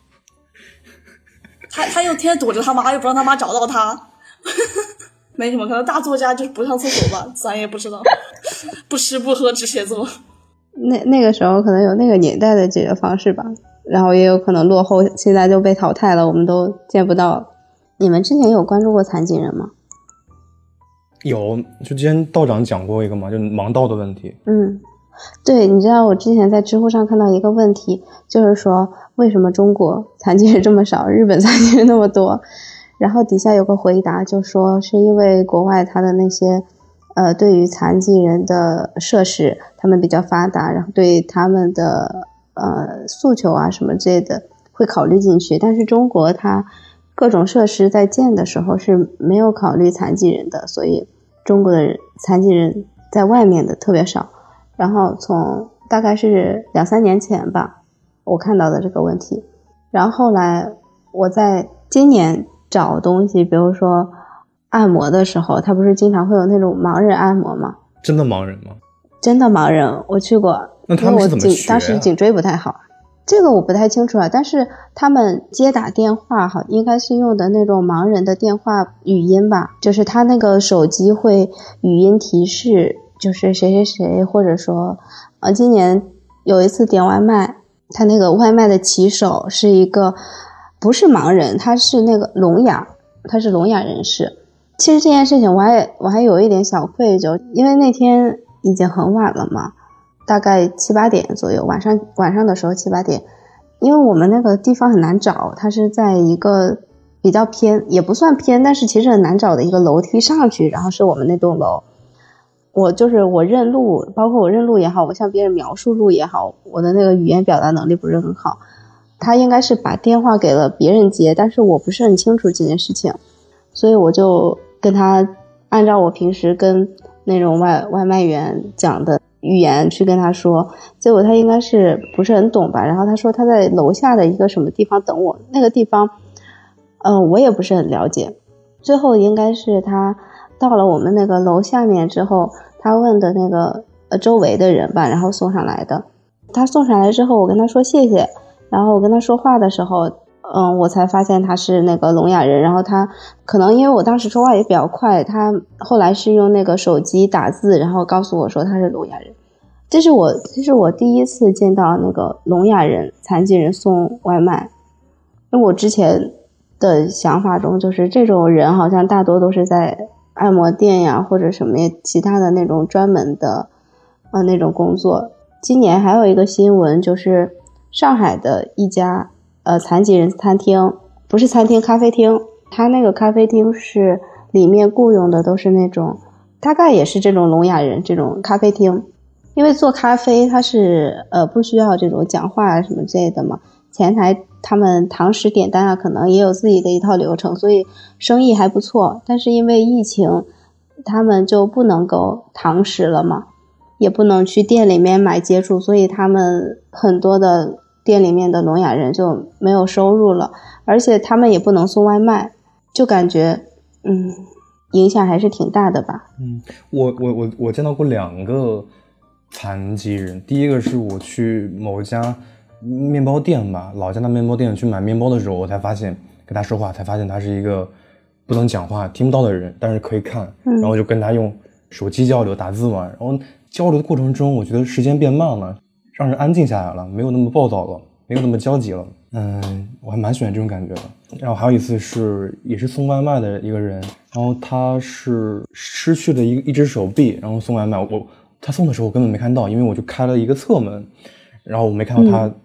他又天天躲着他妈，又不让他妈找到他。没什么，可能大作家就是不上厕所吧，咱也不知道。不吃不喝只写作。 那个时候可能有那个年代的解决方式吧，然后也有可能落后，现在就被淘汰了，我们都见不到。你们之前有关注过残疾人吗？ 有，就之前道长讲过一个嘛，就盲道的问题。 对，你知道我之前在知乎上看到一个问题，就是说为什么中国残疾人这么少，日本残疾人那么多？然后底下有个回答，就说是因为国外他的那些对于残疾人的设施他们比较发达，然后对他们的诉求啊什么之类的会考虑进去，但是中国它各种设施在建的时候是没有考虑残疾人的，所以中国的残疾人在外面的特别少。然后从大概是2-3年前吧，我看到的这个问题。然后后来我在今年找东西，比如说按摩的时候，他不是经常会有那种盲人按摩吗？ 真的盲人吗？ 真的盲人，我去过。 那他们是怎么学啊？ 当时颈椎不太好，这个我不太清楚啊。但是他们接打电话哈，应该是用的那种盲人的电话语音吧，就是他那个手机会语音提示，就是谁谁谁，或者说今年有一次点外卖，他那个外卖的骑手是一个不是盲人，他是那个聋哑，他是聋哑人士。其实这件事情我还有一点小愧疚，因为那天已经很晚了嘛，大概7-8点左右，晚上的时候7-8点，因为我们那个地方很难找，它是在一个比较偏，也不算偏，但是其实很难找的一个楼梯上去，然后是我们那栋楼。我认路，包括我认路也好，我向别人描述路也好，我的那个语言表达能力不是很好。他应该是把电话给了别人接，但是我不是很清楚这件事情，所以我就跟他按照我平时跟那种外卖员讲的语言去跟他说，结果他应该是不是很懂吧，然后他说他在楼下的一个什么地方等我，那个地方我也不是很了解。最后应该是他到了我们那个楼下面之后，他问的那个周围的人吧，然后送上来的。他送上来之后，我跟他说谢谢，然后我跟他说话的时候我才发现他是那个聋哑人。然后他可能因为我当时说话也比较快，他后来是用那个手机打字，然后告诉我说他是聋哑人。这是我第一次见到那个聋哑人残疾人送外卖。因为我之前的想法中就是这种人好像大多都是在按摩店呀或者什么其他的那种专门的那种工作。今年还有一个新闻，就是上海的一家残疾人餐厅，不是餐厅，咖啡厅。他那个咖啡厅是里面雇佣的都是那种大概也是这种聋哑人，这种咖啡厅。因为做咖啡它是不需要这种讲话啊什么之类的嘛，前台他们堂食点单啊可能也有自己的一套流程，所以生意还不错。但是因为疫情他们就不能够堂食了嘛，也不能去店里面买接触，所以他们很多的店里面的聋哑人就没有收入了，而且他们也不能送外卖，就感觉影响还是挺大的吧。 我见到过2个残疾人。第一个是我去某家面包店吧，老家的面包店去买面包的时候，我才发现跟他说话才发现他是一个不能讲话听不到的人，但是可以看。然后就跟他用手机交流打字嘛，然后交流的过程中我觉得时间变慢了，让人安静下来了，没有那么暴躁了，没有那么焦急了。我还蛮喜欢这种感觉的。然后还有一次也是送外卖的一个人，然后他是失去了一只手臂，然后送外卖。他送的时候我根本没看到，因为我就开了一个侧门，然后我没看到他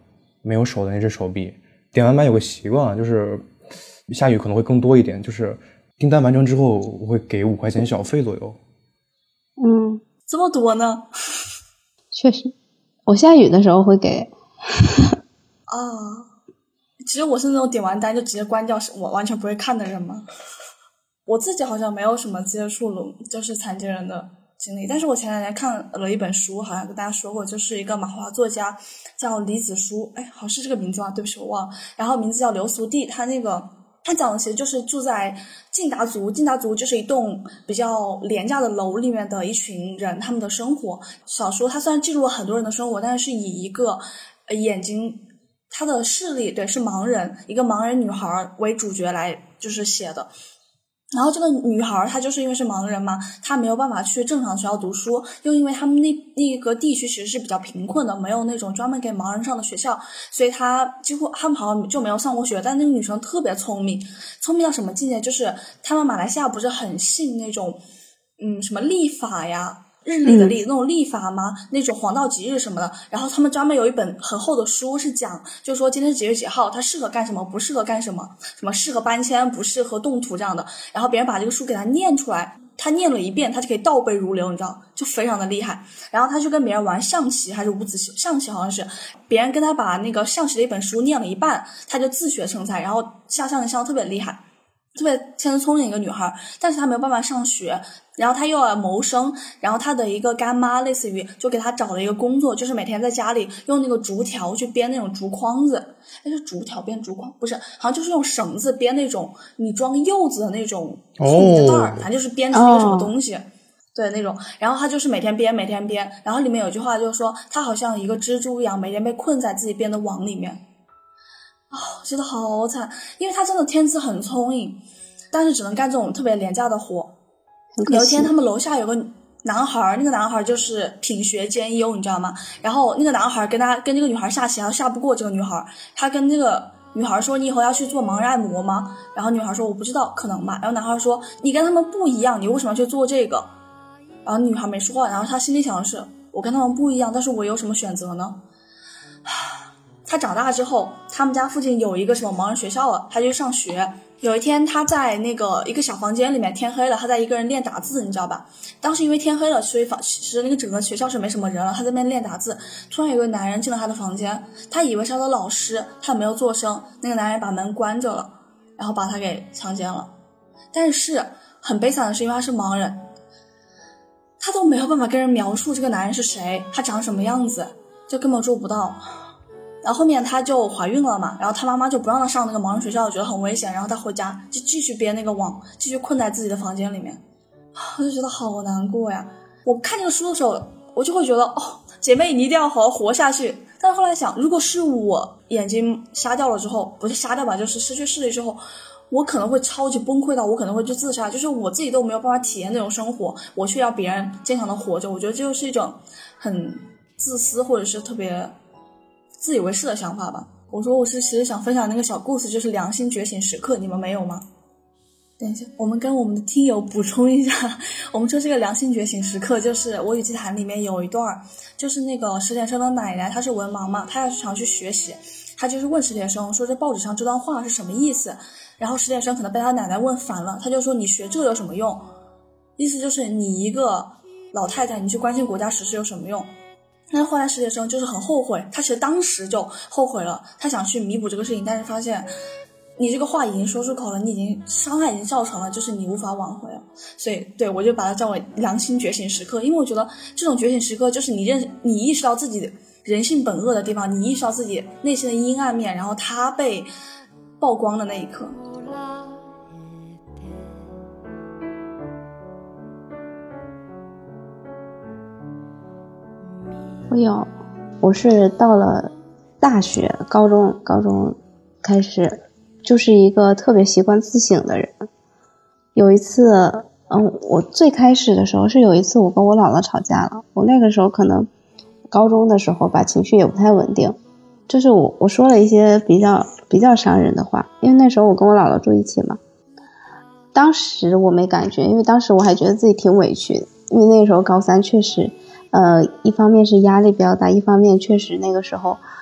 没有手的那只手臂。点外卖有个习惯，就是下雨可能会更多一点，就是订单完成之后我会给5块钱小费左右。 这么多呢？ 确实，我下雨的时候会给。 其实我是那种点完单就直接关掉，我完全不会看的人嘛。我自己好像没有什么接触了就是残疾人的经历，但是我前2年看了一本书，好像跟大家说过，就是一个马华作家叫李子书，好像是这个名字吗？对不起我忘了。然后名字叫刘苏娣，他讲的其实就是住在晋达族就是一栋比较廉价的楼里面的一群人，他们的生活。小说它虽然记录了很多人的生活，但是以一个眼睛他的视力是盲人，一个盲人女孩为主角来就是写的。然后这个女孩她就是因为是盲人嘛，她没有办法去正常学校读书，又因为他们那个地区其实是比较贫困的，没有那种专门给盲人上的学校，所以他们好像就没有上过学。但那个女生特别聪明到什么境界，就是他们马来西亚不是很信那种什么历法呀，日历的历那种历法吗？那种黄道吉日什么的，然后他们专门有一本很厚的书是讲，就是说今天是几月几号，它适合干什么，不适合干什么，什么适合搬迁，不适合动土这样的。然后别人把这个书给他念出来，他念了一遍，他就可以倒背如流，你知道，就非常的厉害。然后他就跟别人玩象棋还是五子棋，象棋好像是，别人跟他把那个象棋的一本书念了一半，他就自学成才，然后下象棋下得特别厉害。特别天资聪明一个女孩，但是她没有办法上学，然后她又要谋生，然后她的一个干妈类似于就给她找了一个工作，就是每天在家里用那个竹条去编那种竹筐子，是竹条编竹筐，不是，好像就是用绳子编那种你装柚子的那种塑料袋，反正就是编出一个什么东西。对，那种，然后她就是每天编，然后里面有句话就是说她好像一个蜘蛛一样，每天被困在自己编的网里面。觉得好惨，因为他真的天资很聪明，但是只能干这种特别廉价的活。有一天他们楼下有个男孩，那个男孩就是品学兼优，你知道吗？然后那个男孩跟这个女孩下棋，他下不过这个女孩，他跟那个女孩说，你以后要去做盲人按摩吗？然后女孩说，我不知道，可能吧。然后男孩说，你跟他们不一样，你为什么要去做这个？然后女孩没说话，然后他心里想的是，我跟他们不一样，但是我有什么选择呢？他长大之后，他们家附近有一个什么盲人学校了，他就去上学。有一天他在那个一个小房间里面，天黑了，他在一个人练打字，你知道吧？当时因为天黑了，所以其实那个整个学校是没什么人了，他在那边练打字。突然有个男人进了他的房间，他以为是他的老师，他没有做声，那个男人把门关着了，然后把他给强奸了。但是很悲惨的是，因为他是盲人，他都没有办法跟人描述这个男人是谁，他长什么样子，就根本做不到。然后后面她就怀孕了嘛，然后她妈妈就不让她上那个盲人学校，觉得很危险，然后她回家就继续编那个网，继续困在自己的房间里面。我就觉得好难过呀。我看这个书的时候，我就会觉得姐妹你一定要好好活下去。但是后来想，如果是我眼睛瞎掉了之后，不是瞎掉吧，就是失去视力之后，我可能会超级崩溃到我可能会去自杀，就是我自己都没有办法体验那种生活，我却要别人健康的活着。我觉得这就是一种很自私或者是特别自以为是的想法吧。我说我是其实想分享那个小故事，就是良心觉醒时刻，你们没有吗？等一下，我们跟我们的听友补充一下，我们说这个良心觉醒时刻，就是《我与祭坛》里面有一段，就是那个史铁生的奶奶，她是文盲嘛，她要想去学习，她就是问史铁生说这报纸上这段话是什么意思，然后史铁生可能被他奶奶问烦了，他就说你学这个有什么用，意思就是你一个老太太，你去关心国家时事有什么用。但是后来史铁生就是很后悔，他其实当时就后悔了，他想去弥补这个事情，但是发现你这个话已经说出口了，你已经伤害已经造成了，就是你无法挽回了。所以对，我就把它叫为良心觉醒时刻，因为我觉得这种觉醒时刻就是你意识到自己人性本恶的地方，你意识到自己内心的阴暗面，然后它被曝光的那一刻。 我是到了大学高中开始就是一个特别习惯自省的人。有一次我最开始的时候是有一次我跟我姥姥吵架了，我那个时候可能高中的时候吧，情绪也不太稳定，就是我说了一些比较伤人的话，因为那时候我跟我姥姥住一起嘛。当时我没感觉，因为当时我还觉得自己挺委屈，因为那个时候高三确实一方面是压力比较大，一方面确实那个时候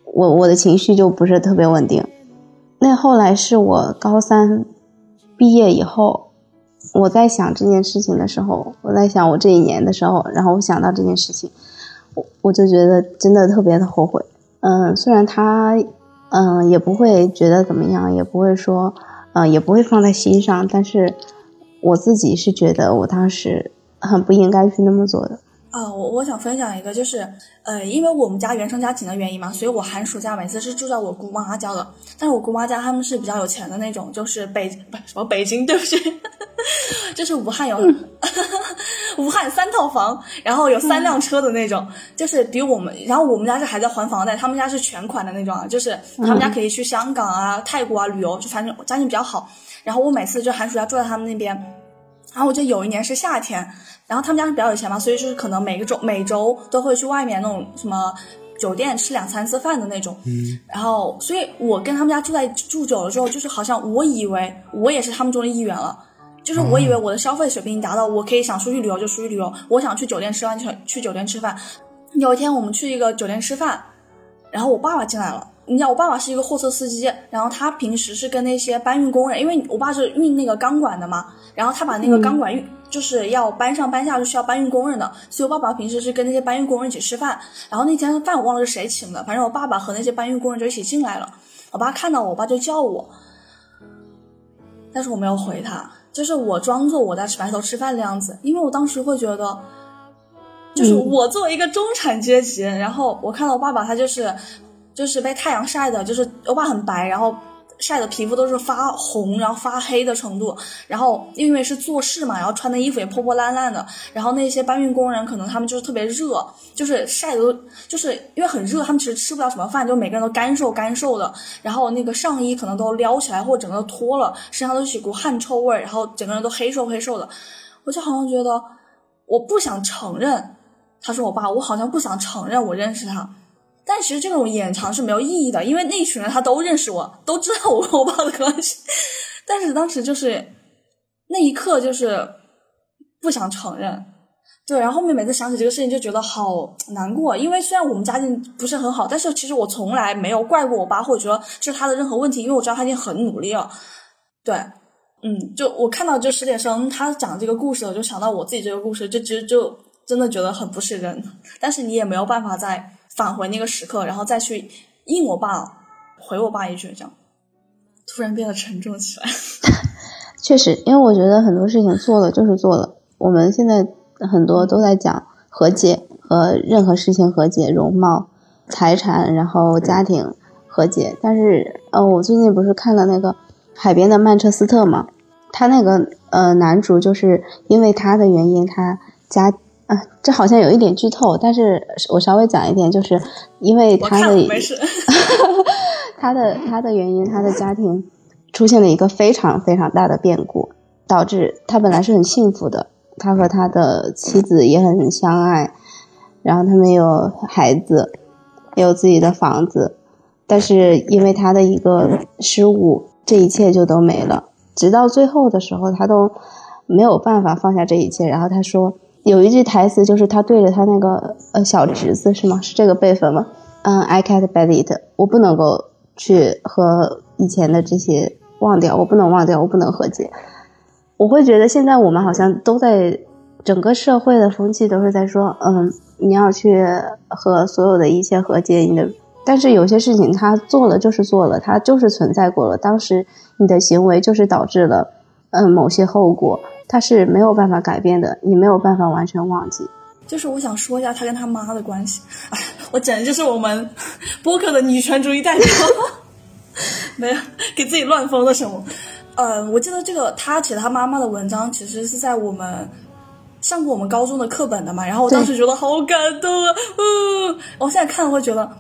我的情绪就不是特别稳定。那后来是我高3毕业以后，我在想这件事情的时候，我在想我这一年的时候，然后我想到这件事情，我就觉得真的特别的后悔。虽然他也不会觉得怎么样，也不会说也不会放在心上，但是我自己是觉得我当时很不应该去那么做的。 我想分享一个，就是因为我们家原生家庭的原因嘛，所以我寒暑假每次是住在我姑妈家的。但是我姑妈家他们是比较有钱的那种，就是北京，对不起，就是武汉有武汉3套房，然后有3辆车的那种，就是比我们，然后我们家是还在还房贷，他们家是全款的那种啊，就是他们家可以去香港啊、泰国啊旅游，就反正家境比较好。然后我每次就寒暑假住在他们那边，然后我就有一年是夏天。然后他们家是比较有钱嘛，所以就是可能每周都会去外面那种什么酒店吃2-3次饭的那种。然后所以我跟他们家住久了之后，就是好像我以为我也是他们中的一员了，就是我以为我的消费水平达到我可以想出去旅游就出去旅游，我想去酒店吃饭就去酒店吃饭。有一天我们去一个酒店吃饭，然后我爸爸进来了。你知道我爸爸是一个货车司机，然后他平时是跟那些搬运工人，因为我爸是运那个钢管的嘛，然后他把那个钢管就是要搬上搬下是需要搬运工人的，所以我爸爸平时是跟那些搬运工人一起吃饭。然后那天饭我忘了是谁请的，反正我爸爸和那些搬运工人就一起进来了。我爸看到我爸就叫我，但是我没有回他，就是我装作我在白头吃饭的样子，因为我当时会觉得就是我作为一个中产阶级，然后我看到我爸爸他就是被太阳晒的，就是我爸很白，然后晒的皮肤都是发红然后发黑的程度，然后因为是做事嘛，然后穿的衣服也破破烂烂的，然后那些搬运工人可能他们就是特别热，就是晒的就是因为很热，他们其实吃不了什么饭，就每个人都干瘦的，然后那个上衣可能都撩起来或者整个都脱了，身上都是一股汗臭味，然后整个人都黑瘦的。我就好像觉得我不想承认他是我爸，我好像不想承认我认识他。但其实这种掩藏是没有意义的，因为那群人他都认识我，都知道我跟我爸的关系。但是当时就是那一刻就是不想承认。对，然后后面每次想起这个事情就觉得好难过，因为虽然我们家境不是很好，但是其实我从来没有怪过我爸或者说是他的任何问题，因为我知道他已经很努力了。对，就我看到就史铁生他讲这个故事，我就想到我自己这个故事，就真的觉得很不是人，但是你也没有办法再返回那个时刻，然后再去应我爸回我爸一句，这样突然变得沉重起来。 确实，因为我觉得很多事情做了就是做了，我们现在很多都在讲和解，和任何事情和解，容貌、财产，然后家庭和解。但是我最近不是看了那个海边的曼彻斯特嘛，他那个男主就是因为他的原因，他家这好像有一点剧透，但是我稍微讲一点，就是因为他的没事他的原因，他的家庭出现了一个非常非常大的变故，导致他本来是很幸福的，他和他的妻子也很相爱，然后他们有孩子，也有自己的房子，但是因为他的一个失误，这一切就都没了。直到最后的时候，他都没有办法放下这一切。然后他说有一句台词，就是他对着他那个小侄子，是吗？是这个辈分吗？I can't bear it， 我不能够去和以前的这些忘掉，我不能忘掉，我不能和解。我会觉得现在我们好像都在整个社会的风气都是在说你要去和所有的一切和解，但是有些事情他做了就是做了，他就是存在过了，当时你的行为就是导致了某些后果，他是没有办法改变的，你没有办法完全忘记。 就是我想说一下他跟他妈的关系，我简直就是我们播客的女权主义代表没有给自己乱封的什么。我记得这个他写他妈妈的文章其实是在我们上过我们高中的课本的嘛，然后我当时觉得好感动啊，我现在看了会觉得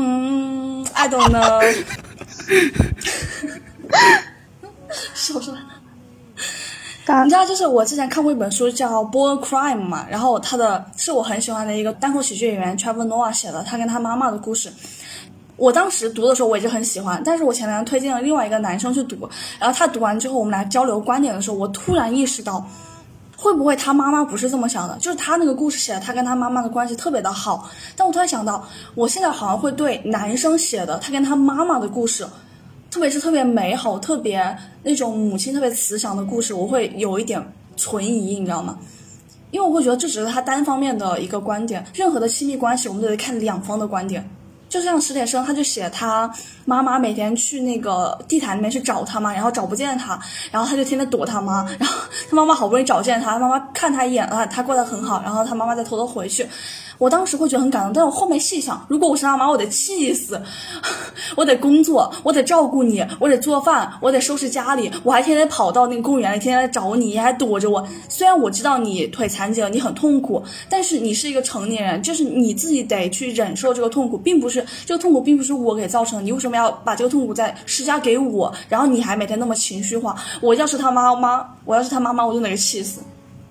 I don't know 是不是？你知道就是我之前看过一本书叫 Born Crime 嘛，然后是我很喜欢的一个单口喜剧演员 Trevor Noah 写的他跟他妈妈的故事。我当时读的时候我也是很喜欢，但是我前两天推荐了另外一个男生去读，然后他读完之后我们俩交流观点的时候，我突然意识到会不会他妈妈不是这么想的？就是他那个故事写的，他跟他妈妈的关系特别的好。但我突然想到，我现在好像会对男生写的他跟他妈妈的故事，特别是特别美好、特别那种母亲特别慈祥的故事，我会有一点存疑，你知道吗？因为我会觉得这只是他单方面的一个观点，任何的亲密关系我们都得看两方的观点。就像史铁生，他就写他妈妈每天去那个地毯里面去找他嘛，然后找不见他，然后他就天天躲他妈，然后他妈妈好不容易找见他，妈妈看他一眼啊，他过得很好，然后他妈妈再偷偷回去。我当时会觉得很感动，但我后面细想，如果我是他妈，我得气死，我得工作，我得照顾你，我得做饭，我得收拾家里，我还天天跑到那个公园里，天天来找你，你还躲着我。虽然我知道你腿残疾了，你很痛苦，但是你是一个成年人，就是你自己得去忍受这个痛苦，并不是这个痛苦并不是我给造成的，你为什么要把这个痛苦再施加给我？然后你还每天那么情绪化，我要是他妈妈，我就得气死。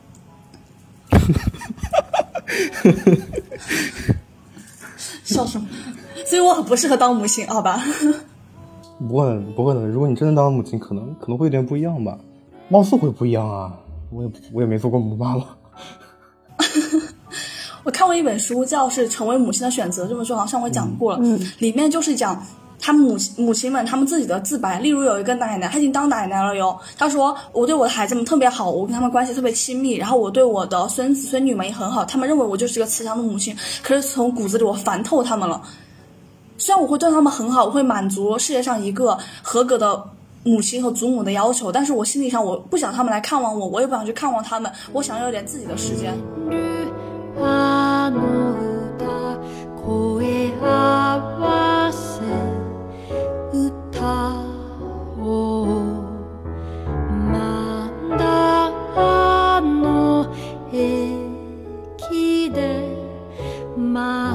笑什么？所以我很不适合当母亲，好吧？ 不会的，如果你真的当母亲，可能会有点不一样吧，貌似会不一样啊。我也没做过母妈了。 我看过一本书，叫是《成为母亲的选择》，这本书好像我讲过了，里面就是讲他母亲们他们自己的自白。例如有一个奶奶，她已经当奶奶了哟，她说我对我的孩子们特别好，我跟他们关系特别亲密，然后我对我的孙子孙女们也很好，他们认为我就是个慈祥的母亲，可是从骨子里我烦透他们了。虽然我会对他们很好，我会满足世界上一个合格的母亲和祖母的要求，但是我心理上我不想他们来看望我，我也不想去看望他们，我想要有点自己的时间。 ま